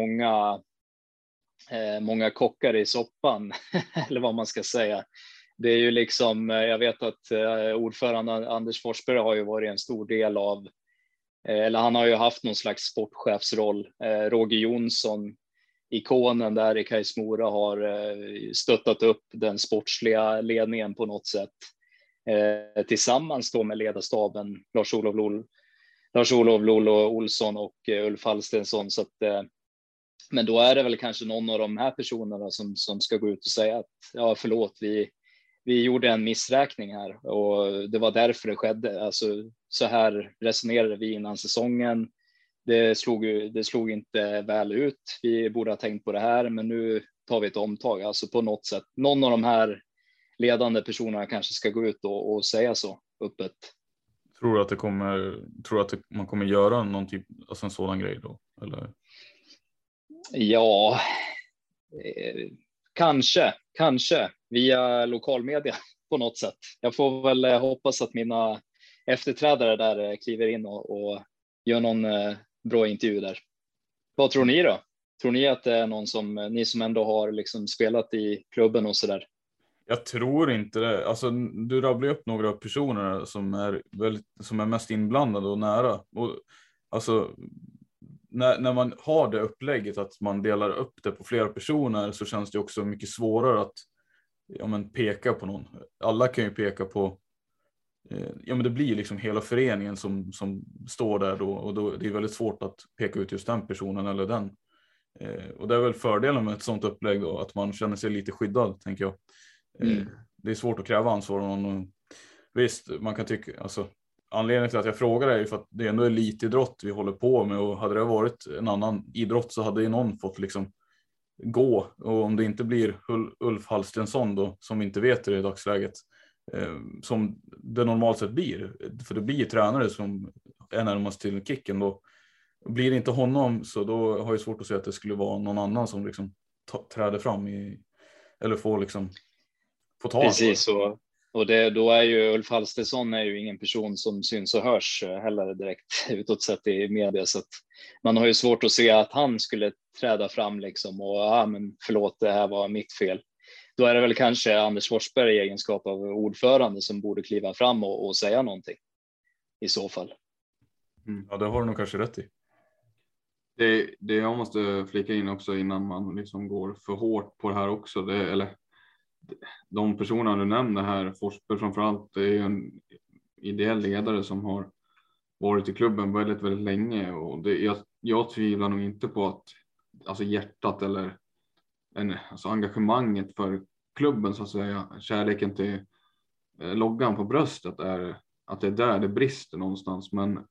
många kockar i soppan eller vad man ska säga. Det är ju liksom, jag vet att ordförande Anders Forsberg har ju varit en stor del av, eller han har ju haft någon slags sportchefsroll. Roger Jonsson, ikonen där i Kais Mora, har stöttat upp den sportsliga ledningen på något sätt. Tillsammans då med ledarstaben Lars-Olof Lollo Olsson och Ulf Hallstensson. Så att, men då är det väl kanske någon av de här personerna som ska gå ut och säga att förlåt, vi gjorde en missräkning här och det var därför det skedde. Alltså, så här resonerade vi innan säsongen. Det slog inte väl ut. Vi borde ha tänkt på det här, men nu tar vi ett omtag. Alltså på något sätt. Någon av de här ledande personerna kanske ska gå ut och säga så öppet. Tror du att man kommer göra någon typ, alltså en sådan grej då? Eller? Ja, kanske via lokalmedia på något sätt. Jag får väl hoppas att mina efterträdare där kliver in och gör någon bra intervju där. Vad tror ni då? Tror ni att det är någon som ni som ändå har liksom spelat i klubben och så där? Jag tror inte det. Alltså, du rabblar upp några personer som är mest inblandade och nära. Och, alltså, när man har det upplägget att man delar upp det på flera personer, så känns det också mycket svårare att peka på någon. Alla kan ju peka på, men det blir liksom hela föreningen som står där då, och då det är väldigt svårt att peka ut just den personen eller den. Och det är väl fördelen med ett sånt upplägg då, att man känner sig lite skyddad, tänker jag. Det är svårt att kräva ansvar av någon. Visst, man kan tycka, alltså, anledningen till att jag frågar är ju för att det ändå är elitidrott vi håller på med, och hade det varit en annan idrott så hade ju någon fått liksom gå, och om det inte blir Ulf Hallstensson då, som vi inte vet i dagsläget, som det normalt sett blir, för det blir tränare som är närmast till kicken, då blir det inte honom, så då har jag svårt att säga att det skulle vara någon annan som liksom träder fram eller får ta. Precis, Och då är ju Ulf Halstesson är ju ingen person som syns och hörs heller direkt utåt sett i media, så att man har ju svårt att se att han skulle träda fram liksom och men förlåt, det här var mitt fel. Då är det väl kanske Anders Forsberg i egenskap av ordförande som borde kliva fram och säga någonting i så fall. Ja, det har du nog kanske rätt i. Det jag måste flika in också innan man liksom går för hårt på det här också, de personerna du nämner här, Forsberg framförallt, det är ju en ideell ledare som har varit i klubben väldigt, väldigt länge, och jag tvivlar nog inte på att alltså hjärtat eller alltså engagemanget för klubben, så att säga, kärleken till loggan på bröstet, att det är där det brister någonstans. Men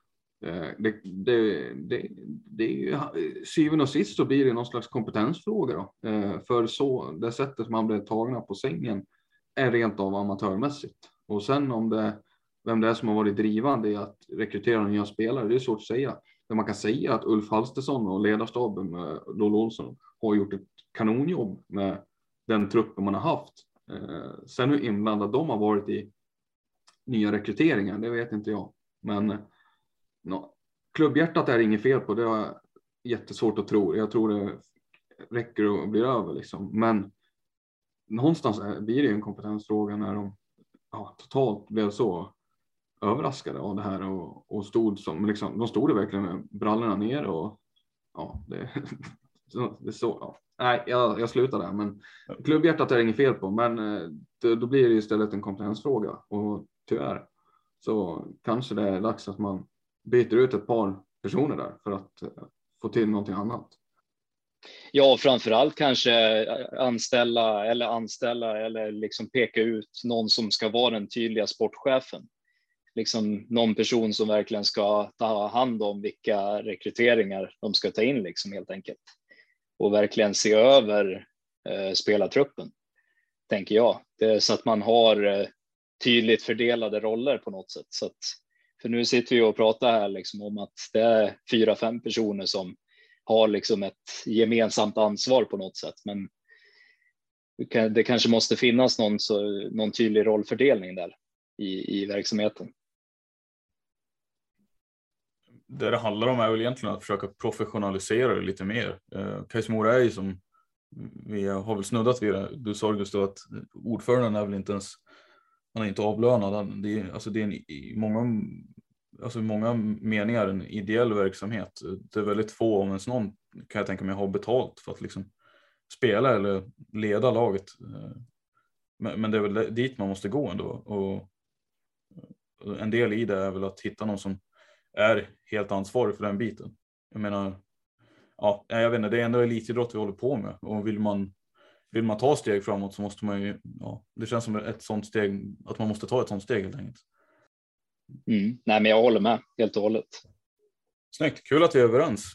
syvende och sist så blir det någon slags kompetensfråga då. För så det sättet man blir tagna på sängen är rent av amatörmässigt. Och sen vem det är som har varit drivande i att rekrytera nya spelare, det är svårt att säga. Men man kan säga att Ulf Halstesson och ledarstaben med Lolle Olsson har gjort ett kanonjobb med den truppen man har haft. Sen hur inblandade de har varit i nya rekryteringar, det vet inte jag. Men klubbhjärtat är inget fel på, det är jättesvårt att tro. Jag tror det räcker att bli över liksom. Men någonstans blir det en kompetensfråga när de totalt blev så överraskade av det här och stod som liksom, de stod verkligen med brallorna ner och det så. Ja. Nej, jag slutar där, men klubbhjärtat är inget fel på, men då blir det istället en kompetensfråga, och tyvärr så kanske det är dags att man byter ut ett par personer där för att få till någonting annat. Ja, framförallt kanske anställa eller liksom peka ut någon som ska vara den tydliga sportchefen. Liksom någon person som verkligen ska ta hand om vilka rekryteringar de ska ta in liksom, helt enkelt. Och verkligen se över spelartruppen, tänker jag. Så att man har tydligt fördelade roller på något sätt. Så att, för nu sitter vi och pratar här liksom om att det är 4-5 personer som har liksom ett gemensamt ansvar på något sätt. Men det kanske måste finnas någon tydlig rollfördelning där i verksamheten. Det handlar om är väl egentligen att försöka professionalisera det lite mer. Kais Mora är ju som vi har väl snuddat vid det. Du sa just då att ordföranden är väl inte ens, han är inte avlönad. Det är i många meningar en ideell verksamhet. Det är väldigt få, om ens någon, kan jag tänka mig, har betalt för att liksom spela eller leda laget. Men det är väl dit man måste gå ändå. Och en del i det är väl att hitta någon som är helt ansvarig för den biten. Jag menar, jag vet inte, det är ändå elitidrott vi håller på med. Och vill man ta steg framåt så måste man ju, det känns som ett sånt steg, att man måste ta ett sånt steg helt enkelt. Nej, men jag håller med helt och hållet. Snyggt, kul att vi är överens.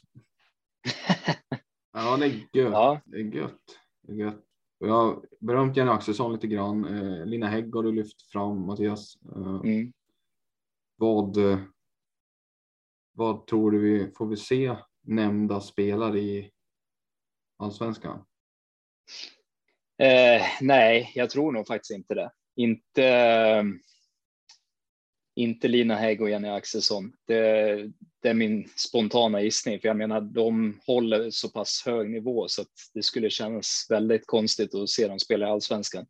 Ja, det är gött. Ja. Det är gött. Jag har berömt Jenny Axelsson lite grann. Lina Hägg har du lyft fram, Mattias. Vad tror du får vi se nämnda spelare i Allsvenskan? Nej, jag tror nog faktiskt inte det. Inte Lina Hägg och Jenny Axelsson. Det är min spontana gissning. För jag menar, de håller så pass hög nivå så att det skulle kännas väldigt konstigt att se dem spela i Allsvenskan.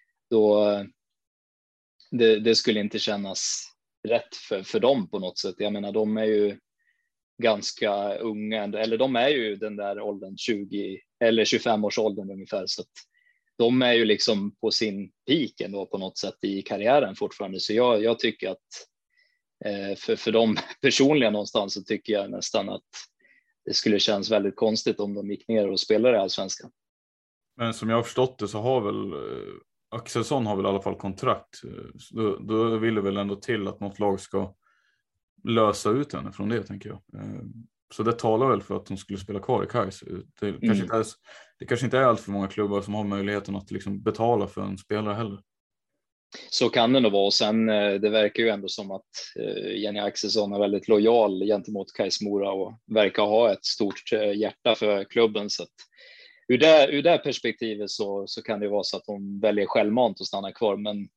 Det skulle inte kännas rätt för dem på något sätt. Jag menar, de är ju ganska unga, eller de är ju den där åldern 20 eller 25 års åldern ungefär, så att de är ju liksom på sin peak ändå på något sätt i karriären fortfarande. Så jag tycker att för dem personligen någonstans så tycker jag nästan att det skulle kännas väldigt konstigt om de gick ner och spelade i Allsvenskan. Men som jag har förstått det så har väl Axelsson har väl i alla fall kontrakt. Då vill det väl ändå till att något lag ska lösa ut henne från det, tänker jag. Så det talar väl för att de skulle spela kvar i Kais. Det kanske inte är allt för många klubbar som har möjligheten att liksom betala för en spelare heller. Så kan det nog vara. Och sen det verkar ju ändå som att Jenny Axelsson är väldigt lojal gentemot Kais Mora och verkar ha ett stort hjärta för klubben. Så att ur det perspektivet så kan det vara så att de väljer självmant att stanna kvar. Men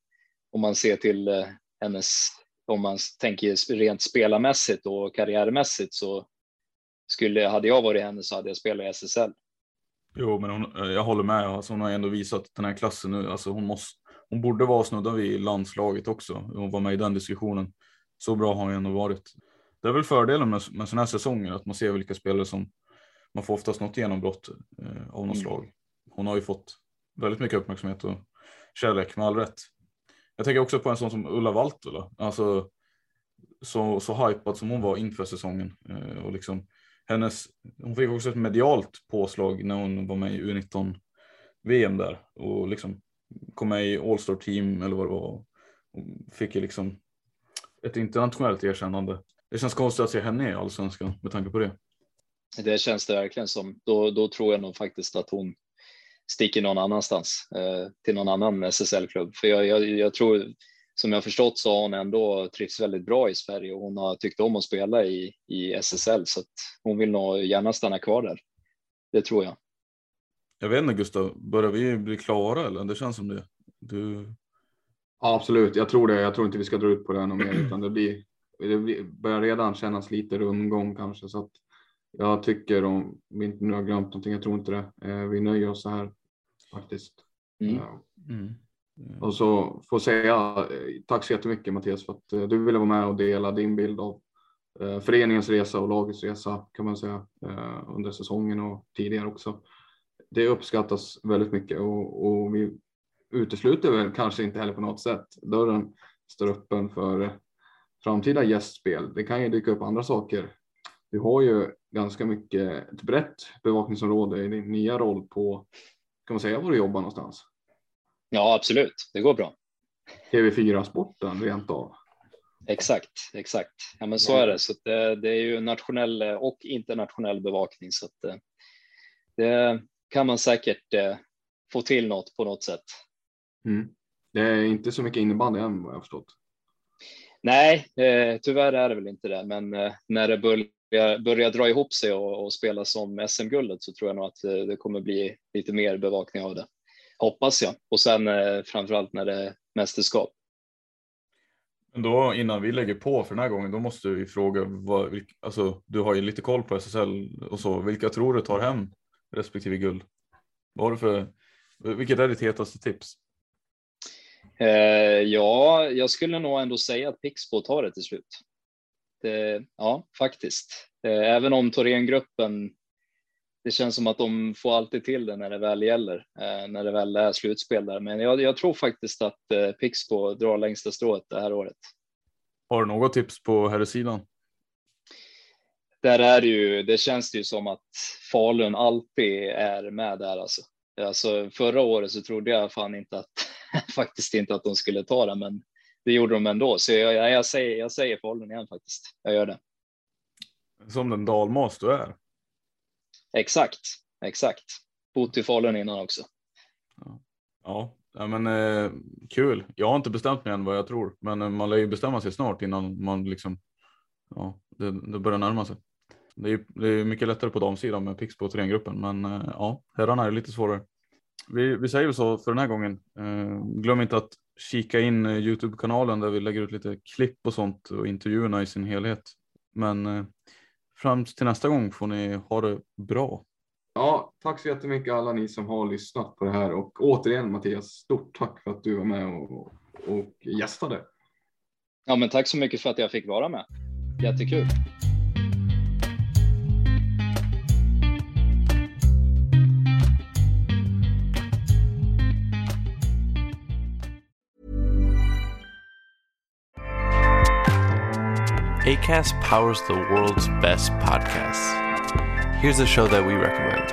om man ser till hennes, om man tänker rent spelarmässigt och karriärmässigt, så hade jag varit henne så hade jag spelat i SSL. Jo, men jag håller med. Alltså, hon har ändå visat den här klassen nu. Alltså, hon borde vara snudda vid landslaget också. Hon var med i den diskussionen. Så bra har hon ändå varit. Det är väl fördelen med sådana här säsonger, att man ser vilka spelare som man får oftast något genombrott av något slag. Hon har ju fått väldigt mycket uppmärksamhet och kärlek, med all rätt. Jag tänker också på en sån som Ulla Valtola. Alltså så hypad som hon var inför säsongen. Och liksom hon fick också ett medialt påslag när hon var med i U19-VM där. Och liksom kom med i All-Star-team eller vad det var. Och fick ju liksom ett internationellt erkännande. Det känns konstigt att se henne i Allsvenskan med tanke på det. Det känns det verkligen som. Då tror jag nog faktiskt att hon sticker någon annanstans, till någon annan SSL-klubb. För jag tror, som jag förstått, så har hon ändå trivs väldigt bra i Sverige och hon har tyckt om att spela i SSL, så att hon vill nog gärna stanna kvar där. Det tror jag. Jag vet inte, Gustav, börjar vi bli klara eller? Det känns som det. Ja, absolut, jag tror det. Jag tror inte vi ska dra ut på det ännu mer, utan det börjar redan kännas lite rundgång kanske, så att jag tycker, om vi inte nu har glömt någonting, jag tror inte det. Vi nöjer oss så här faktiskt. Och så får säga tack så jättemycket, Mattias, för att du ville vara med och dela din bild av föreningens resa och lagets resa, kan man säga, under säsongen och tidigare också. Det uppskattas väldigt mycket och vi utesluter väl kanske inte heller på något sätt. Dörren står öppen för framtida gästspel. Det kan ju dyka upp andra saker. Du har ju ganska mycket ett brett bevakningsområde i din nya roll på, kan man säga, var du jobbar någonstans? Ja, absolut. Det går bra. TV4-sporten rent av. Exakt. Ja, men så är det. Så det är ju nationell och internationell bevakning, så att det kan man säkert få till något på något sätt. Det är inte så mycket innebandy än, vad jag har förstått. Nej, tyvärr är det väl inte det. Men när det börjar dra ihop sig och spela som SM-guldet, så tror jag nog att det kommer bli lite mer bevakning av det. Hoppas jag. Och sen framförallt när det är mästerskap. Men då, innan vi lägger på för den här gången, då måste vi fråga, alltså, du har ju lite koll på SSL och så. Vilka tror du tar hem respektive guld? Vilket är ditt hetaste tips? Ja, jag skulle nog ändå säga att Pixbo tar det till slut. Ja, faktiskt. Även om Thorengruppen, det känns som att de får alltid till det när det väl gäller, när det väl är slutspel där. Men jag tror faktiskt att Pixbo drar längsta strået det här året. Har du något tips på här sidan? Där är det känns det ju som att Falun alltid är med där alltså. Alltså förra året så trodde jag faktiskt inte att de skulle ta det, men det gjorde de ändå. Så jag säger Falun igen faktiskt. Jag gör det. Som den dalmas du är. Exakt. Bott i Falun innan också. Ja, men kul. Jag har inte bestämt mig än vad jag tror, men man lär ju bestämma sig snart innan man liksom, det börjar närma sig. Det är mycket lättare på damsidan med Pixbo och Thorengruppen, men herrarna är lite svårare. Vi säger så för den här gången. Glöm inte att kika in YouTube-kanalen där vi lägger ut lite klipp och sånt och intervjuerna i sin helhet. Men fram till nästa gång får ni ha det bra. Ja, tack så jättemycket alla ni som har lyssnat på det här. Och återigen, Mattias, stort tack för att du var med och gästade. Ja, men tack så mycket för att jag fick vara med. Jättekul. Acast powers the world's best podcasts. Here's a show that we recommend.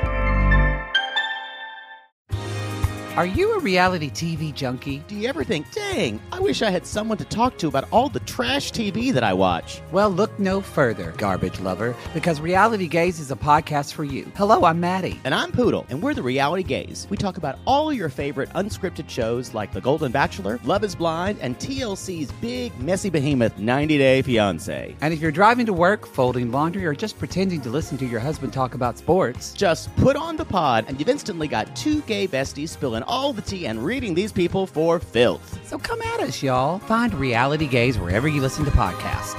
Are you a reality TV junkie? Do you ever think, dang, I wish I had someone to talk to about all the trash TV that I watch? Well, look no further, garbage lover, because Reality Gaze is a podcast for you. Hello, I'm Maddie. And I'm Poodle, and we're the Reality Gaze. We talk about all your favorite unscripted shows like The Golden Bachelor, Love is Blind, and TLC's big, messy behemoth, 90 Day Fiancé. And if you're driving to work, folding laundry, or just pretending to listen to your husband talk about sports, just put on the pod, and you've instantly got two gay besties spilling all the tea and reading these people for filth. So come at us, y'all. Find Reality Gaze wherever you listen to podcasts.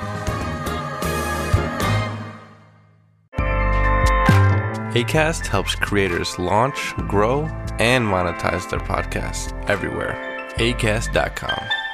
Acast helps creators launch, grow, and monetize their podcasts everywhere. Acast.com.